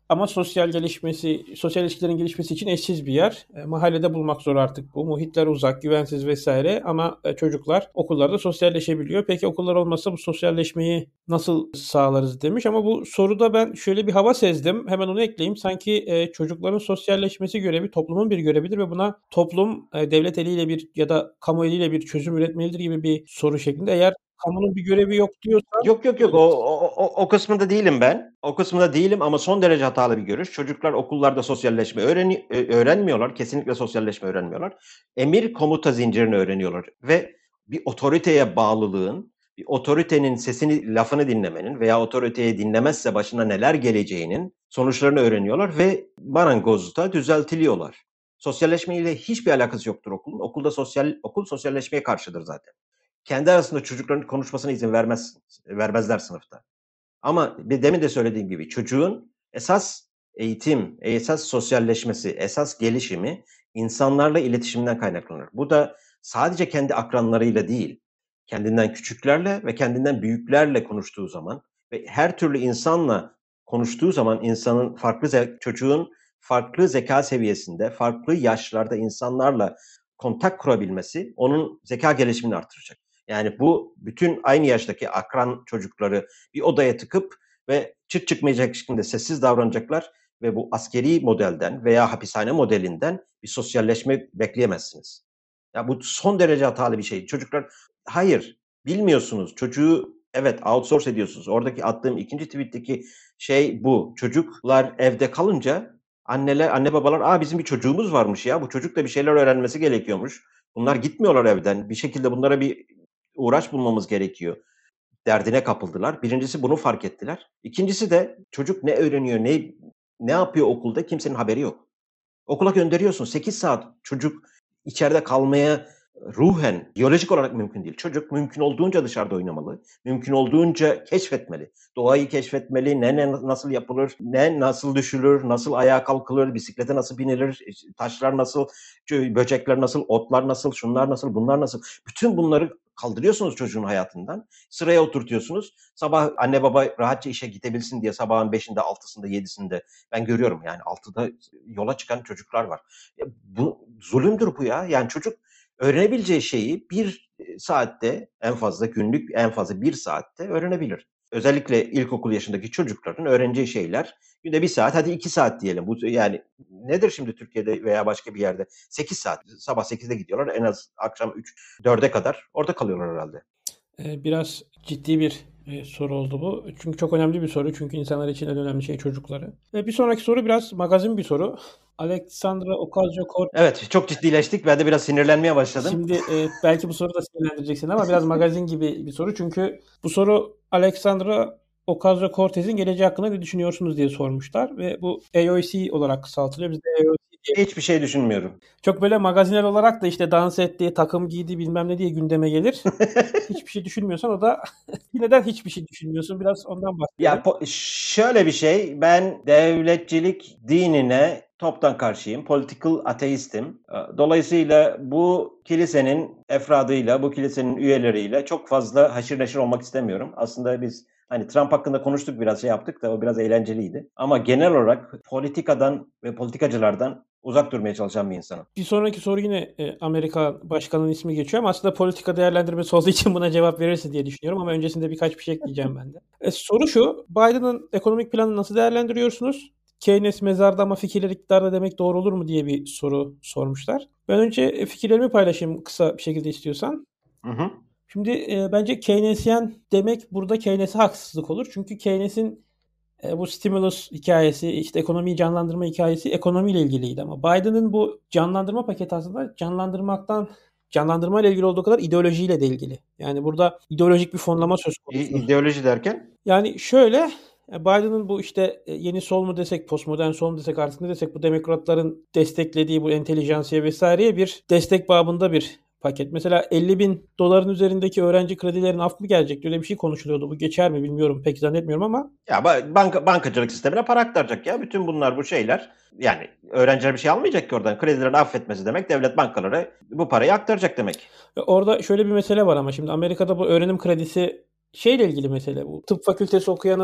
Ama sosyal gelişmesi, sosyal ilişkilerin gelişmesi için eşsiz bir yer. E, mahallede bulmak zor artık bu. Muhitler uzak, güvensiz vesaire ama e, çocuklar okullarda sosyalleşebiliyor. Peki okullar olmasa bu sosyalleşmeyi nasıl sağlarız demiş ama bu soruda ben şöyle bir hava sezdim. Hemen onu ekleyeyim. Sanki e, çocukların sosyalleşmesi görevi toplumun bir görevidir ve buna toplum e, devlet eliyle bir ya da kamu eliyle bir çözüm üretmelidir gibi bir soru şeklinde. Eğer kamunun bir görevi yok diyorsan Yok yok yok o, o, o, o kısmında değilim ben. O kısmında değilim ama son derece hatalı bir görüş. Çocuklar okullarda sosyalleşme öğreni, öğrenmiyorlar. Kesinlikle sosyalleşme öğrenmiyorlar. Emir komuta zincirini öğreniyorlar. Ve bir otoriteye bağlılığın, bir otoritenin sesini, lafını dinlemenin veya otoriteyi dinlemezse başına neler geleceğinin sonuçlarını öğreniyorlar ve marangozda düzeltiliyorlar. Sosyalleşmeyle hiçbir alakası yoktur okulun. Okulda sosyal, okul sosyalleşmeye karşıdır zaten. Kendi arasında çocukların konuşmasına izin vermez, vermezler sınıfta. Ama bir demin de söylediğim gibi çocuğun esas eğitim, esas sosyalleşmesi, esas gelişimi insanlarla iletişiminden kaynaklanır. Bu da sadece kendi akranlarıyla değil, kendinden küçüklerle ve kendinden büyüklerle konuştuğu zaman ve her türlü insanla konuştuğu zaman insanın farklı çocuğun farklı zeka seviyesinde, farklı yaşlarda insanlarla kontak kurabilmesi onun zeka gelişimini artıracak. Yani bu bütün aynı yaştaki akran çocukları bir odaya tıkıp ve çıt çıkmayacak şekilde sessiz davranacaklar ve bu askeri modelden veya hapishane modelinden bir sosyalleşme bekleyemezsiniz. Ya bu son derece hatalı bir şey. Çocuklar hayır bilmiyorsunuz. Çocuğu evet outsource ediyorsunuz. Oradaki attığım ikinci tweet'teki şey bu. Çocuklar evde kalınca anneler, anne babalar aa bizim bir çocuğumuz varmış ya. Bu çocuk da bir şeyler öğrenmesi gerekiyormuş. Bunlar gitmiyorlar evden. Bir şekilde bunlara bir uğraş bulmamız gerekiyor. Derdine kapıldılar. Birincisi bunu fark ettiler. İkincisi de çocuk ne öğreniyor, ne ne yapıyor okulda kimsenin haberi yok. Okula gönderiyorsun. sekiz saat çocuk içeride kalmaya ruhen, biyolojik olarak mümkün değil. Çocuk mümkün olduğunca dışarıda oynamalı. Mümkün olduğunca keşfetmeli. Doğayı keşfetmeli. Ne, ne nasıl yapılır, ne nasıl düşülür, nasıl ayağa kalkılır, bisiklete nasıl binilir, taşlar nasıl, böcekler nasıl, otlar nasıl, şunlar nasıl, bunlar nasıl. Bütün bunları kaldırıyorsunuz çocuğun hayatından. Sıraya oturtuyorsunuz. Sabah anne baba rahatça işe gidebilsin diye sabahın beşinde, altısında, yedisinde ben görüyorum yani altıda yola çıkan çocuklar var. Ya bu zulümdür bu ya. Yani çocuk öğrenebileceği şeyi bir saatte en fazla günlük en fazla bir saatte öğrenebilir. Özellikle ilkokul yaşındaki çocukların öğreneceği şeyler günde bir saat hadi iki saat diyelim. Bu yani nedir şimdi Türkiye'de veya başka bir yerde? sekiz saat. Sabah sekizde gidiyorlar en az akşam üç dörde kadar orada kalıyorlar herhalde. Biraz ciddi bir e, soru oldu bu. Çünkü çok önemli bir soru. Çünkü insanlar için en önemli şey çocukları. Ve bir sonraki soru biraz magazin bir soru. Alexandra Ocasio-Cortez. Evet, çok ciddileştik. Ben de biraz sinirlenmeye başladım. Şimdi e, belki bu soru da sinirlendireceksin ama biraz magazin gibi bir soru. Çünkü bu soru Alexandra Ocasio-Cortez'in geleceği hakkında ne düşünüyorsunuz diye sormuşlar. Ve bu A O C olarak kısaltılıyor. Biz de A O C diye. Hiçbir şey düşünmüyorum. Çok böyle magazinel olarak da işte dans etti, takım giydi bilmem ne diye gündeme gelir. Hiçbir şey düşünmüyorsan o da neden hiçbir şey düşünmüyorsun? Biraz ondan bahsedelim. Ya po- şöyle bir şey, ben devletçilik dinine toptan karşıyım. Political ateistim. Dolayısıyla bu kilisenin efradıyla, bu kilisenin üyeleriyle çok fazla haşır neşir olmak istemiyorum. Aslında biz hani Trump hakkında konuştuk, biraz şey yaptık da o biraz eğlenceliydi. Ama genel olarak politikadan ve politikacılardan uzak durmaya çalışan bir insanım. Bir sonraki soru yine e, Amerika Başkanı'nın ismi geçiyor ama aslında politika değerlendirmesi olduğu için buna cevap verirsin diye düşünüyorum ama öncesinde birkaç bir şey ekleyeceğim ben de. E, soru şu, Biden'ın ekonomik planını nasıl değerlendiriyorsunuz? Keynes mezarda ama fikirler iktidarda demek doğru olur mu diye bir soru sormuşlar. Ben önce fikirlerimi paylaşayım kısa bir şekilde istiyorsan. Hı hı. Şimdi e, bence Keynesyen demek burada Keynes'e haksızlık olur. Çünkü Keynes'in e, bu stimulus hikayesi, işte ekonomiyi canlandırma hikayesi ekonomiyle ilgiliydi ama Biden'ın bu canlandırma paketi aslında canlandırmaktan canlandırma ile ilgili olduğu kadar ideolojiyle de ilgili. Yani burada ideolojik bir fonlama söz konusu. İdeoloji derken? Yani şöyle Biden'ın bu işte yeni sol mu desek, postmodern sol mu desek artık ne desek bu demokratların desteklediği bu entelijansiye vesaireye bir destek babında bir paket. Mesela elli bin doların üzerindeki öğrenci kredilerinin af mı gelecek? Öyle bir şey konuşuluyordu. Bu geçer mi bilmiyorum. Pek zannetmiyorum ama. Ya banka, bankacılık sistemine para aktaracak ya. Bütün bunlar bu şeyler. Yani öğrenciler bir şey almayacak ki oradan. Kredilerini affetmesi demek devlet bankalara bu parayı aktaracak demek. Orada şöyle bir mesele var ama şimdi Amerika'da bu öğrenim kredisi şeyle ilgili mesele bu. Tıp fakültesi okuyanın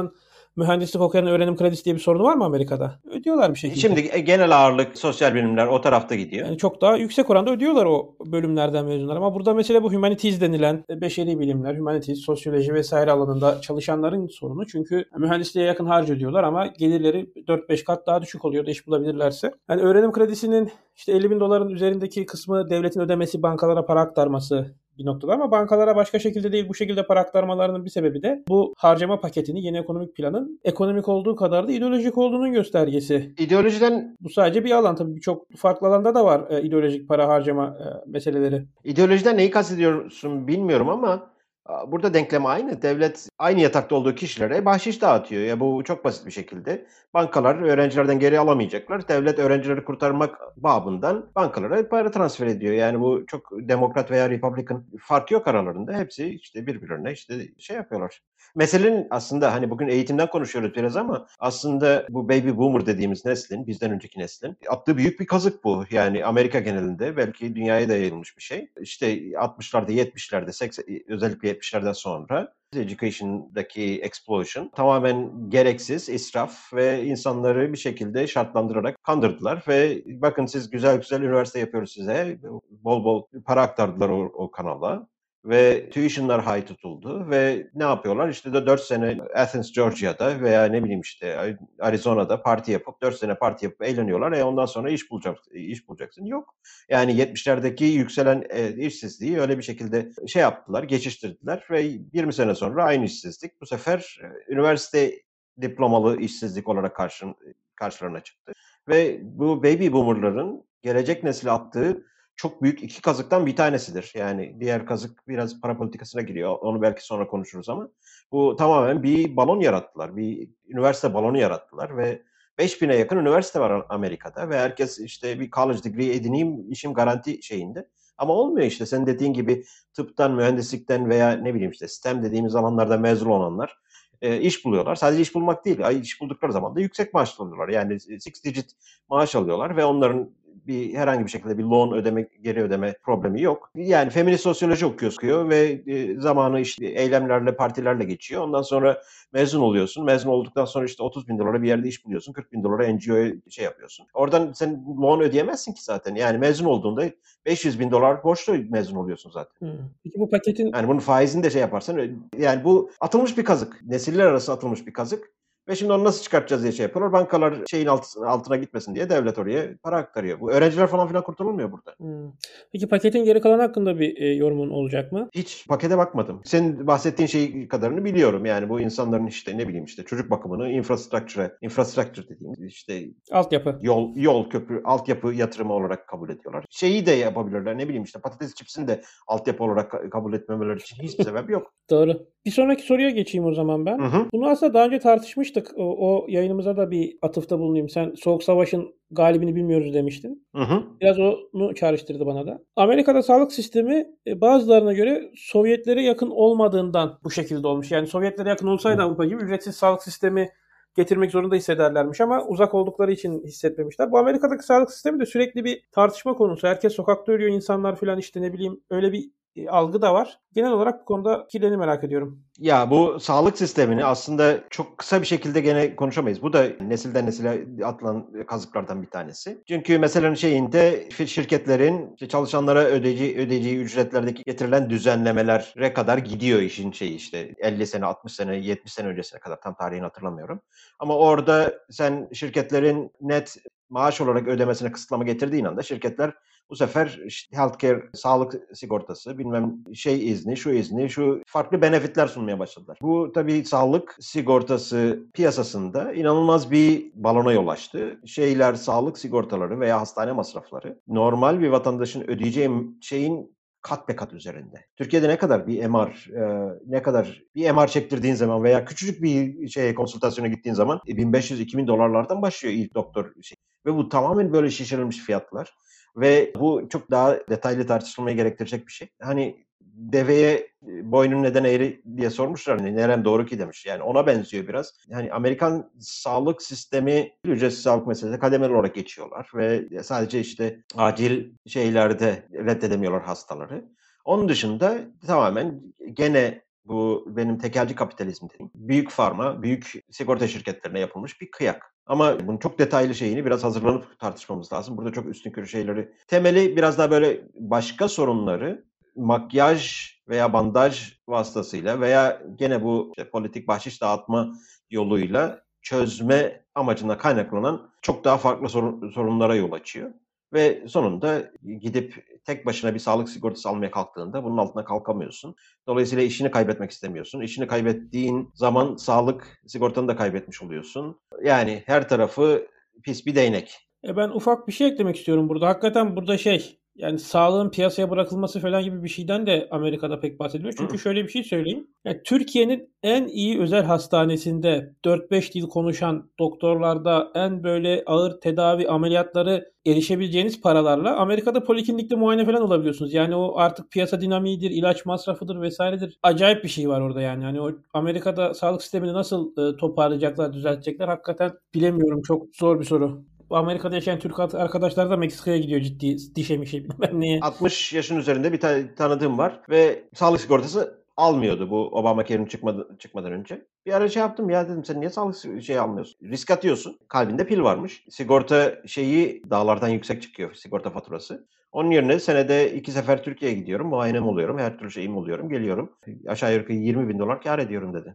mühendislik okuyan öğrenim kredisi diye bir sorunu var mı Amerika'da? Ödüyorlar bir şekilde. Şimdi genel ağırlık sosyal bilimler o tarafta gidiyor. Yani çok daha yüksek oranda ödüyorlar o bölümlerden mezunlar. Ama burada mesele bu humanities denilen beşeri bilimler, humanities, sosyoloji vesaire alanında çalışanların sorunu. Çünkü mühendisliğe yakın harcı ödüyorlar ama gelirleri dört beş kat daha düşük oluyor da iş bulabilirlerse. Yani öğrenim kredisinin işte elli bin doların üzerindeki kısmı devletin ödemesi, bankalara para aktarması bir noktada ama bankalara başka şekilde değil bu şekilde para aktarmalarının bir sebebi de bu harcama paketini yeni ekonomik planın ekonomik olduğu kadar da ideolojik olduğunun göstergesi. İdeolojiden Bu sadece bir alan tabii birçok farklı alanda da var e, ideolojik para harcama e, meseleleri. ideolojiden neyi kastediyorsun bilmiyorum ama burada denklem aynı. Devlet aynı yatakta olduğu kişilere bahşiş dağıtıyor. Ya bu çok basit bir şekilde. Bankalar öğrencilerden geri alamayacaklar. Devlet öğrencileri kurtarmak babından bankalara para transfer ediyor. Yani bu çok Demokrat veya Republican fark yok aralarında. Hepsi işte birbirlerine işte şey yapıyorlar. Meselenin aslında hani bugün eğitimden konuşuyoruz biraz ama aslında bu baby boomer dediğimiz neslin, bizden önceki neslin attığı büyük bir kazık bu. Yani Amerika genelinde belki dünyaya da yayılmış bir şey. İşte altmışlarda, yetmişlerde, seksen, özellikle yetmişlerden sonra education'daki explosion tamamen gereksiz israf ve insanları bir şekilde şartlandırarak kandırdılar ve bakın siz güzel güzel üniversite yapıyoruz size. Bol bol para aktardılar o, o kanala. Ve tuition'lar high tutuldu ve ne yapıyorlar? İşte de dört sene Athens, Georgia'da veya ne bileyim işte Arizona'da parti yapıp dört sene parti yapıp eğleniyorlar. E ondan sonra iş bulacaksın. iş bulacaksın. Yok. Yani yetmişlerdeki yükselen e, işsizliği öyle bir şekilde şey yaptılar, geçiştirdiler ve yirmi sene sonra aynı işsizlik bu sefer e, üniversite diplomalı işsizlik olarak karşı, karşılarına çıktı. Ve bu baby boomer'ların gelecek nesile attığı çok büyük iki kazıktan bir tanesidir. Yani diğer kazık biraz para politikasına giriyor. Onu belki sonra konuşuruz ama bu tamamen bir balon yarattılar. Bir üniversite balonu yarattılar ve beş bine yakın üniversite var Amerika'da ve herkes işte bir college degree edineyim işim garanti şeyinde. Ama olmuyor işte senin dediğin gibi tıptan, mühendislikten veya ne bileyim işte STEM dediğimiz alanlarda mezun olanlar e, iş buluyorlar. Sadece iş bulmak değil, ay iş buldukları zaman da yüksek maaş alıyorlar. Yani six digit maaş alıyorlar ve onların bir herhangi bir şekilde bir loan ödeme, geri ödeme problemi yok. Yani feminist sosyoloji okuyor ve e, zamanı işte eylemlerle, partilerle geçiyor. Ondan sonra mezun oluyorsun. Mezun olduktan sonra işte otuz bin dolara bir yerde iş buluyorsun. kırk bin dolara N G O'ya şey yapıyorsun. Oradan sen loan ödeyemezsin ki zaten. Yani mezun olduğunda beş yüz bin dolar borçlu mezun oluyorsun zaten. Hmm. Peki bu paketin... Yani bunun faizini de şey yaparsan yani bu atılmış bir kazık. Nesiller arası atılmış bir kazık. Ve şimdi onu nasıl çıkartacağız diye şey yapıyorlar. Bankalar şeyin altına, altına gitmesin diye devlet oraya para aktarıyor. Bu öğrenciler falan filan kurtulmuyor burada. Hmm. Peki paketin geri kalan hakkında bir e, yorumun olacak mı? Hiç pakete bakmadım. Senin bahsettiğin şey kadarını biliyorum. Yani bu insanların işte ne bileyim işte çocuk bakımını infrastructure, infrastructure dediğimiz işte altyapı, yol, yol, köprü, altyapı yatırımı olarak kabul ediyorlar. Şeyi de yapabilirler. Ne bileyim işte patates çipsini de altyapı olarak kabul etmemeleri için hiçbir sebep yok. Doğru. Bir sonraki soruya geçeyim o zaman ben. Hı hı. Bunu aslında daha önce tartışmıştık. O, o yayınımıza da bir atıfta bulunayım. Sen Soğuk Savaş'ın galibini bilmiyoruz demiştin. Hı hı. Biraz onu çağrıştırdı bana da. Amerika'da sağlık sistemi bazılarına göre Sovyetlere yakın olmadığından bu şekilde olmuş. Yani Sovyetlere yakın olsaydı Avrupa gibi ücretsiz sağlık sistemi getirmek zorunda hissederlermiş ama uzak oldukları için hissetmemişler. Bu Amerika'daki sağlık sistemi de sürekli bir tartışma konusu. Herkes sokakta ölüyor, insanlar falan işte ne bileyim öyle bir e, algı da var. Genel olarak bu konuda fikirlerini merak ediyorum. Ya bu sağlık sistemini aslında çok kısa bir şekilde gene konuşamayız. Bu da nesilden nesile atılan kazıklardan bir tanesi. Çünkü meselenin şeyinde şirketlerin çalışanlara ödeyeceği, ödeyeceği ücretlerdeki getirilen düzenlemelere kadar gidiyor işin şeyi işte elli sene, altmış sene, yetmiş sene öncesine kadar tam tarihini hatırlamıyorum. Ama orada sen şirketlerin net maaş olarak ödemesine kısıtlama getirdiğin anda şirketler bu sefer işte healthcare, sağlık sigortası, bilmem şey izni, şu izni, şu farklı benefitler sunmaya başladılar. Bu tabii sağlık sigortası piyasasında inanılmaz bir balona yol açtı. Şeyler, sağlık sigortaları veya hastane masrafları normal bir vatandaşın ödeyeceği şeyin kat be kat üzerinde. Türkiye'de ne kadar bir M R, e, ne kadar bir M R çektirdiğin zaman veya küçücük bir şey konsültasyona gittiğin zaman e, bin beş yüz iki bin dolarlardan başlıyor ilk doktor şey. Ve bu tamamen böyle şişirilmiş fiyatlar. Ve bu çok daha detaylı tartışılmayı gerektirecek bir şey. Hani deveye boynun neden eğri diye sormuşlar. Hani nerem doğru ki demiş. Yani ona benziyor biraz. Yani Amerikan sağlık sistemi ücretsiz sağlık meselesi kademeli olarak geçiyorlar. Ve sadece işte acil şeylerde reddedemiyorlar hastaları. Onun dışında tamamen gene Bu benim tekelci kapitalizm dediğim. Büyük farma, büyük sigorta şirketlerine yapılmış bir kıyak. Ama bunun çok detaylı şeyini biraz hazırlanıp tartışmamız lazım. Burada çok üstünkörü şeyleri. Temeli biraz daha böyle başka sorunları makyaj veya bandaj vasıtasıyla veya gene bu işte politik bahşiş dağıtma yoluyla çözme amacına kaynaklanan çok daha farklı sorun, sorunlara yol açıyor. Ve sonunda gidip tek başına bir sağlık sigortası almaya kalktığında bunun altına kalkamıyorsun. Dolayısıyla işini kaybetmek istemiyorsun. İşini kaybettiğin zaman sağlık sigortanı da kaybetmiş oluyorsun. Yani her tarafı pis bir değnek. E ben ufak bir şey eklemek istiyorum burada. Hakikaten burada şey yani sağlığın piyasaya bırakılması falan gibi bir şeyden de Amerika'da pek bahsediliyor. Çünkü şöyle bir şey söyleyeyim. Yani Türkiye'nin en iyi özel hastanesinde dört beş dil konuşan doktorlarda en böyle ağır tedavi ameliyatları erişebileceğiniz paralarla Amerika'da poliklinikte muayene falan olabiliyorsunuz. Yani o artık piyasa dinamiğidir, ilaç masrafıdır vesairedir. Acayip bir şey var orada yani. Hani o Amerika'da sağlık sistemini nasıl e, toparlayacaklar, düzeltecekler hakikaten bilemiyorum. Çok zor bir soru. Bu Amerika'da yaşayan Türk arkadaşlar da Meksika'ya gidiyor ciddi dişe mişe bilmem neye. altmış yaşın üzerinde bir tane tanıdığım var ve sağlık sigortası almıyordu bu Obamacare'in çıkmadan, çıkmadan önce. Bir ara şey yaptım ya dedim sen niye sağlık şey almıyorsun? Risk atıyorsun. Kalbinde pil varmış. Sigorta şeyi dağlardan yüksek çıkıyor sigorta faturası. Onun yerine senede iki sefer Türkiye'ye gidiyorum. Muayenem oluyorum. Her türlü şeyim oluyorum. Geliyorum. Aşağı yukarı yirmi bin dolar kâr ediyorum dedi.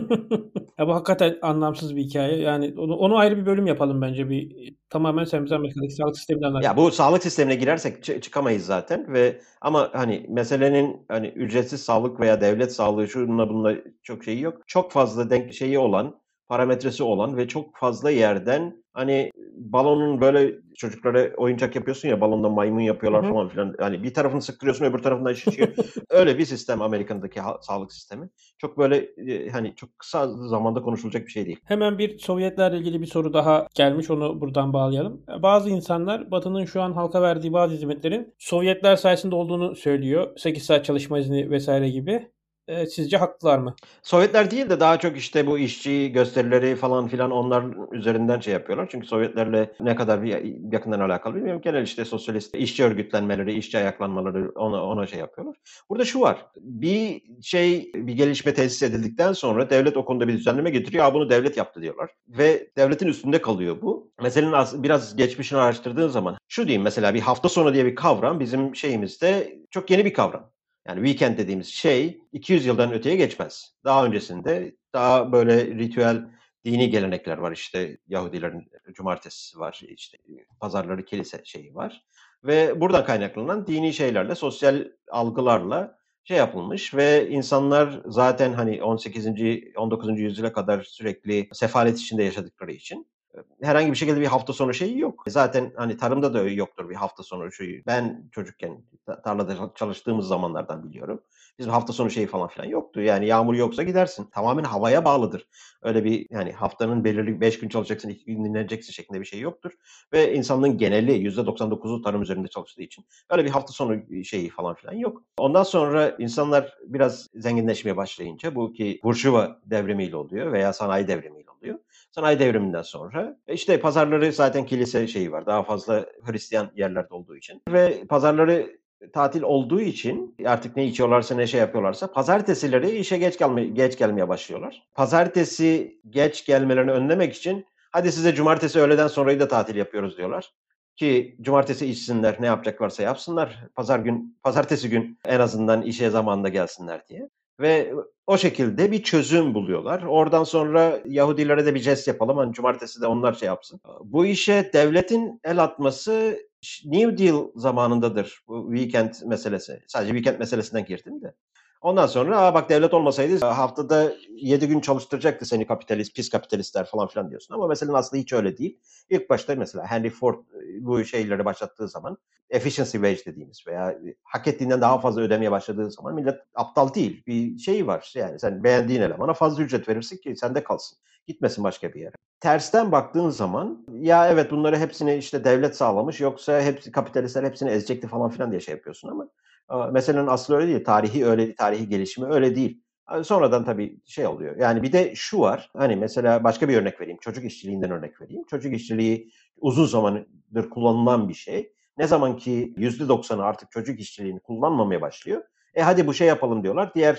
Ya bu hakikaten anlamsız bir hikaye. Yani onu, onu ayrı bir bölüm yapalım bence. Bir tamamen sen bize Amerika'daki sağlık sisteminden Ya anlat. bu sağlık sistemine girersek çı- çıkamayız zaten ve ama hani meselenin hani ücretsiz sağlık veya devlet sağlığı şununla bununla çok şeyi yok. Çok fazla denk şeyi olan, parametresi olan ve çok fazla yerden hani balonun böyle çocuklara oyuncak yapıyorsun ya balondan maymun Hı yapıyorlar hı. falan filan. Hani bir tarafını sıktırıyorsun öbür tarafından şişiyor. Öyle bir sistem Amerika'daki ha- sağlık sistemi. Çok böyle e, hani çok kısa zamanda konuşulacak bir şey değil. Hemen bir Sovyetlerle ilgili bir soru daha gelmiş. Onu buradan bağlayalım. Bazı insanlar Batı'nın şu an halka verdiği bazı hizmetlerin Sovyetler sayesinde olduğunu söylüyor. sekiz saat çalışma izni vesaire gibi. E, sizce haklılar mı? Sovyetler değil de daha çok işte bu işçi gösterileri falan filan onlar üzerinden şey yapıyorlar. Çünkü Sovyetlerle ne kadar bir yakından alakalı bilmiyorum. Genel işte sosyalist işçi örgütlenmeleri, işçi ayaklanmaları ona, ona şey yapıyorlar. Burada şu var. Bir şey, bir gelişme tesis edildikten sonra devlet o konuda bir düzenleme getiriyor. Aa, bunu devlet yaptı diyorlar. Ve devletin üstünde kalıyor bu. Meselenin az, biraz geçmişini araştırdığın zaman şu diyeyim mesela bir hafta sonu diye bir kavram bizim şeyimizde çok yeni bir kavram. Yani weekend dediğimiz şey iki yüz yıldan öteye geçmez. Daha öncesinde daha böyle ritüel dini gelenekler var işte Yahudilerin cumartesisi var işte pazarları kilise şeyi var ve buradan kaynaklanan dini şeylerle sosyal algılarla şey yapılmış ve insanlar zaten hani on sekizinci on dokuzuncu yüzyıla kadar sürekli sefalet içinde yaşadıkları için herhangi bir şekilde bir hafta sonu şeyi yok. Zaten hani tarımda da yoktur bir hafta sonu şeyi. Ben çocukken tarlada çalıştığımız zamanlardan biliyorum. Bizim hafta sonu şeyi falan filan yoktu. Yani yağmur yoksa gidersin. Tamamen havaya bağlıdır. Öyle bir yani haftanın belirli beş gün çalışacaksın, iki gün dinleneceksin şeklinde bir şey yoktur. Ve insanlığın geneli yüzde doksan dokuzu tarım üzerinde çalıştığı için öyle bir hafta sonu şeyi falan filan yok. Ondan sonra insanlar biraz zenginleşmeye başlayınca bu ki Burjuva devrimiyle oluyor veya sanayi devrimiyle oluyor. Sanayi devriminden sonra e, işte pazarları zaten kilise şeyi var. Daha fazla Hristiyan yerlerde olduğu için ve pazarları tatil olduğu için artık ne içiyorlarsa ne şey yapıyorlarsa pazartesileri işe geç gelme, geç gelmeye başlıyorlar. Pazartesi geç gelmelerini önlemek için hadi size cumartesi öğleden sonrayı da tatil yapıyoruz diyorlar. Ki cumartesi içsinler ne yapacaklarsa yapsınlar. Pazar gün, pazartesi gün en azından işe zamanında gelsinler diye. Ve o şekilde bir çözüm buluyorlar. Oradan sonra Yahudilere de bir jest yapalım. Hani cumartesi de onlar şey yapsın. Bu işe devletin el atması New Deal zamanındadır bu weekend meselesi. Sadece weekend meselesinden girdim de. Ondan sonra aa bak devlet olmasaydı haftada yedi gün çalıştıracaktı seni kapitalist, pis kapitalistler falan filan diyorsun. Ama meselenin aslı hiç öyle değil. İlk başta mesela Henry Ford bu şeyleri başlattığı zaman efficiency wage dediğimiz veya hak ettiğinden daha fazla ödemeye başladığı zaman millet aptal değil. Bir şey var yani sen beğendiğin elemana fazla ücret verirsin ki sende kalsın. Gitmesin başka bir yere. Tersten baktığın zaman ya evet bunları hepsini işte devlet sağlamış yoksa hepsi kapitalistler hepsini ezecekti falan filan diye şey yapıyorsun ama meselenin aslı öyle değil. Tarihi öyle değil. Tarihi gelişimi öyle değil. Sonradan tabii şey oluyor. Yani bir de şu var. Hani mesela başka bir örnek vereyim. Çocuk işçiliğinden örnek vereyim. Çocuk işçiliği uzun zamandır kullanılan bir şey. Ne zaman ki yüzde doksanı artık çocuk işçiliğini kullanmamaya başlıyor. E hadi bu şey yapalım diyorlar. Diğer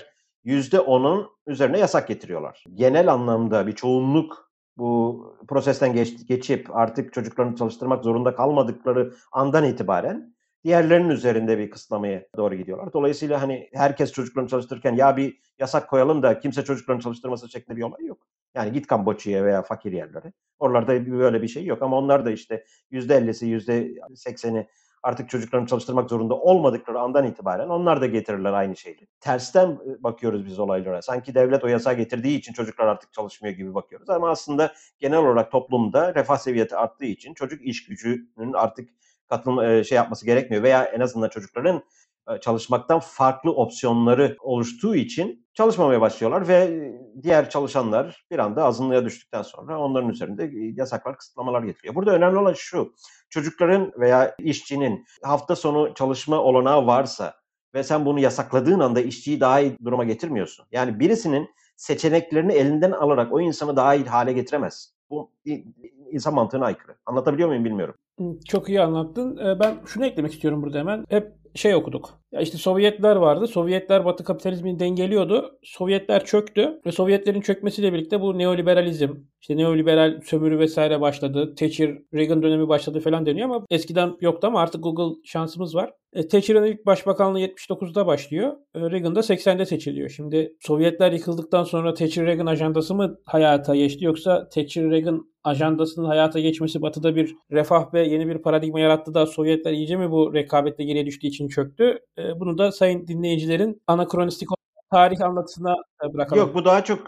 yüzde onun üzerine yasak getiriyorlar. Genel anlamda bir çoğunluk bu prosesten geç, geçip artık çocuklarını çalıştırmak zorunda kalmadıkları andan itibaren diğerlerinin üzerinde bir kısıtlamaya doğru gidiyorlar. Dolayısıyla hani herkes çocuklarını çalıştırırken ya bir yasak koyalım da kimse çocuklarını çalıştırması şeklinde bir olay yok. Yani git Kamboçya'ya veya fakir yerlere. Oralarda böyle bir şey yok ama onlar da işte yüzde ellisi, yüzde sekseni artık çocuklarını çalıştırmak zorunda olmadıkları andan itibaren onlar da getirirler aynı şeyi. Tersten bakıyoruz biz olaylara. Sanki devlet o yasağı getirdiği için çocuklar artık çalışmıyor gibi bakıyoruz. Ama aslında genel olarak toplumda refah seviyesi arttığı için çocuk iş gücünün artık katılım şey yapması gerekmiyor veya en azından çocukların çalışmaktan farklı opsiyonları oluştuğu için çalışmamaya başlıyorlar ve diğer çalışanlar bir anda azınlığa düştükten sonra onların üzerinde yasaklar, kısıtlamalar getiriyor. Burada önemli olan şu, çocukların veya işçinin hafta sonu çalışma olanağı varsa ve sen bunu yasakladığın anda işçiyi daha iyi duruma getirmiyorsun. Yani birisinin seçeneklerini elinden alarak o insanı daha iyi hale getiremez. Bu insan mantığına aykırı. Anlatabiliyor muyum bilmiyorum. Çok iyi anlattın. Ben şunu eklemek istiyorum burada hemen. Hep şey okuduk. Ya işte Sovyetler vardı. Sovyetler Batı kapitalizmini dengeliyordu. Sovyetler çöktü ve Sovyetlerin çökmesiyle birlikte bu neoliberalizm, işte neoliberal sömürü vesaire başladı. Thatcher, Reagan dönemi başladı falan deniyor ama eskiden yoktu ama artık Google şansımız var. E, Thatcher'ın ilk başbakanlığı yetmiş dokuzda başlıyor. E, Reagan da seksende seçiliyor. Şimdi Sovyetler yıkıldıktan sonra Thatcher-Reagan ajandası mı hayata geçti yoksa Thatcher-Reagan ajandasının hayata geçmesi Batı'da bir refah ve yeni bir paradigma yarattı da Sovyetler iyice mi bu rekabette geriye düştüğü için çöktü? E, bunu da sayın dinleyicilerin anakronistik tarih anlatısına bırakalım. Yok bu daha çok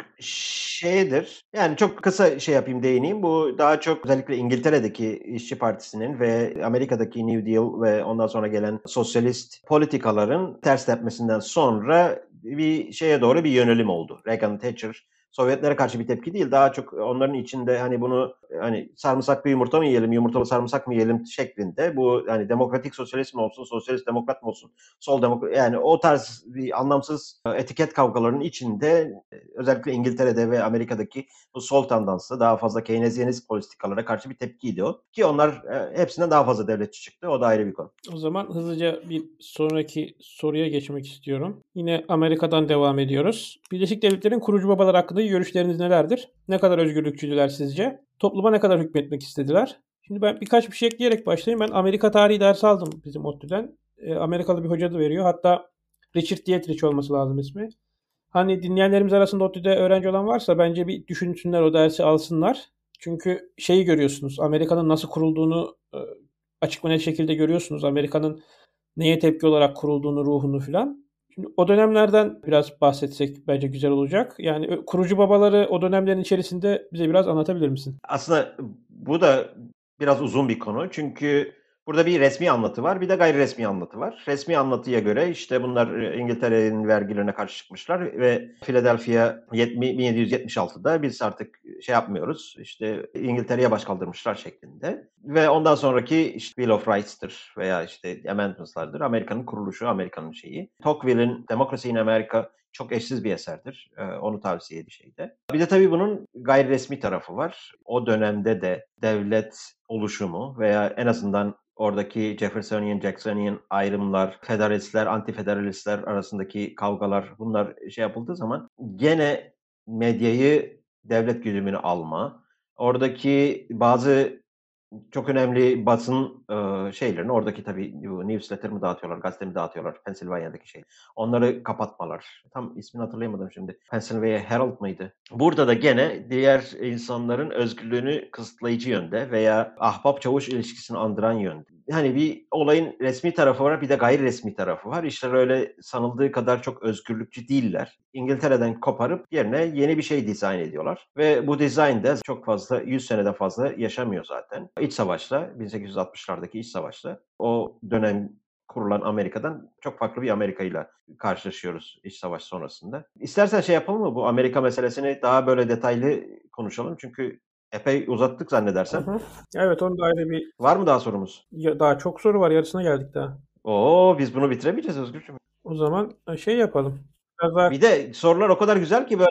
şeydir. Yani çok kısa şey yapayım değineyim. Bu daha çok özellikle İngiltere'deki İşçi Partisi'nin ve Amerika'daki New Deal ve ondan sonra gelen sosyalist politikaların ters tepmesinden sonra bir şeye doğru bir yönelim oldu. Reagan, Thatcher Sovyetlere karşı bir tepki değil. Daha çok onların içinde hani bunu hani sarımsaklı yumurta mı yiyelim, yumurtalı sarımsak mı yiyelim şeklinde bu hani demokratik sosyalist mi olsun, sosyalist demokrat mı olsun, sol demokrat yani o tarz bir anlamsız etiket kavgalarının içinde özellikle İngiltere'de ve Amerika'daki bu sol tandanslı daha fazla Keynesyenist politikalara karşı bir tepkiydi o. Ki onlar hepsinden daha fazla devletçi çıktı. O da ayrı bir konu. O zaman hızlıca bir sonraki soruya geçmek istiyorum. Yine Amerika'dan devam ediyoruz. Birleşik Devletler'in kurucu babalar hakkında görüşleriniz nelerdir? Ne kadar özgürlükçüdüler sizce? Topluma ne kadar hükmetmek istediler? Şimdi ben birkaç bir şey ekleyerek başlayayım. Ben Amerika tarihi dersi aldım bizim ODTÜ'den. E, Amerikalı bir hoca da veriyor. Hatta Richard Dietrich olması lazım ismi. Hani dinleyenlerimiz arasında ODTÜ'de öğrenci olan varsa bence bir düşünsünler, o dersi alsınlar. Çünkü şeyi görüyorsunuz. Amerika'nın nasıl kurulduğunu açık ve net şekilde görüyorsunuz. Amerika'nın neye tepki olarak kurulduğunu, ruhunu filan. Şimdi o dönemlerden biraz bahsetsek bence güzel olacak. Yani kurucu babaları o dönemlerin içerisinde bize biraz anlatabilir misin? Aslında bu da biraz uzun bir konu. Çünkü burada bir resmi anlatı var, bir de gayri resmi anlatı var. Resmi anlatıya göre işte bunlar İngiltere'nin vergilerine karşı çıkmışlar ve Philadelphia bin yedi yüz yetmiş altıda biz artık şey yapmıyoruz, işte İngiltere'ye baş kaldırmışlar şeklinde. Ve ondan sonraki işte Bill of Rights'tır veya işte Amendments'lardır. Amerika'nın kuruluşu, Amerika'nın şeyi. Tocqueville'in Democracy in America çok eşsiz bir eserdir. Ee, onu tavsiye edeceğim şeyde. Bir de tabii bunun gayri resmi tarafı var. O dönemde de devlet oluşumu veya en azından oradaki Jeffersonian, Jacksonian ayrımlar, federalistler, anti-federalistler arasındaki kavgalar bunlar şey yapıldığı zaman gene medyayı devlet güdümünü alma, oradaki bazı çok önemli basın e, şeylerini oradaki tabii bu newsletter mi dağıtıyorlar, gazete mi dağıtıyorlar Pennsylvania'daki şey. Onları kapatmalar. Tam ismini hatırlayamadım şimdi. Pennsylvania Herald mıydı? Burada da gene diğer insanların özgürlüğünü kısıtlayıcı yönde veya ahbap çavuş ilişkisini andıran yönde. Hani bir olayın resmi tarafı var, bir de gayri resmi tarafı var. İşler öyle sanıldığı kadar çok özgürlükçü değiller. İngiltere'den koparıp yerine yeni bir şey dizayn ediyorlar. Ve bu dizayn da çok fazla, yüz seneden fazla yaşamıyor zaten. İç savaşla, bin sekiz yüz altmışlardaki iç savaşla o dönem kurulan Amerika'dan çok farklı bir Amerika ile karşılaşıyoruz iç savaş sonrasında. İstersen şey yapalım mı? Bu Amerika meselesini daha böyle detaylı konuşalım. Çünkü epey uzattık zannedersem. Hı hı. Evet, onun da ayrı bir... Var mı daha sorumuz? Ya, daha çok soru var. Yarısına geldik daha. Oo, biz bunu bitiremeyeceğiz Özgürcüğüm. O zaman şey yapalım. Biraz daha... Bir de sorular o kadar güzel ki böyle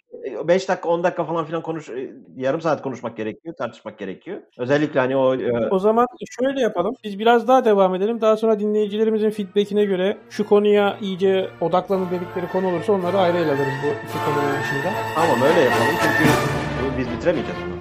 beş dakika on dakika falan filan konuş yarım saat konuşmak gerekiyor, tartışmak gerekiyor. Özellikle hani o e... O zaman şöyle yapalım. Biz biraz daha devam edelim. Daha sonra dinleyicilerimizin feedback'ine göre şu konuya iyice odaklanın dedikleri konu olursa onları ayrı ele alırız bu iki konunun dışında. Tamam öyle yapalım çünkü biz bitiremeyeceğiz.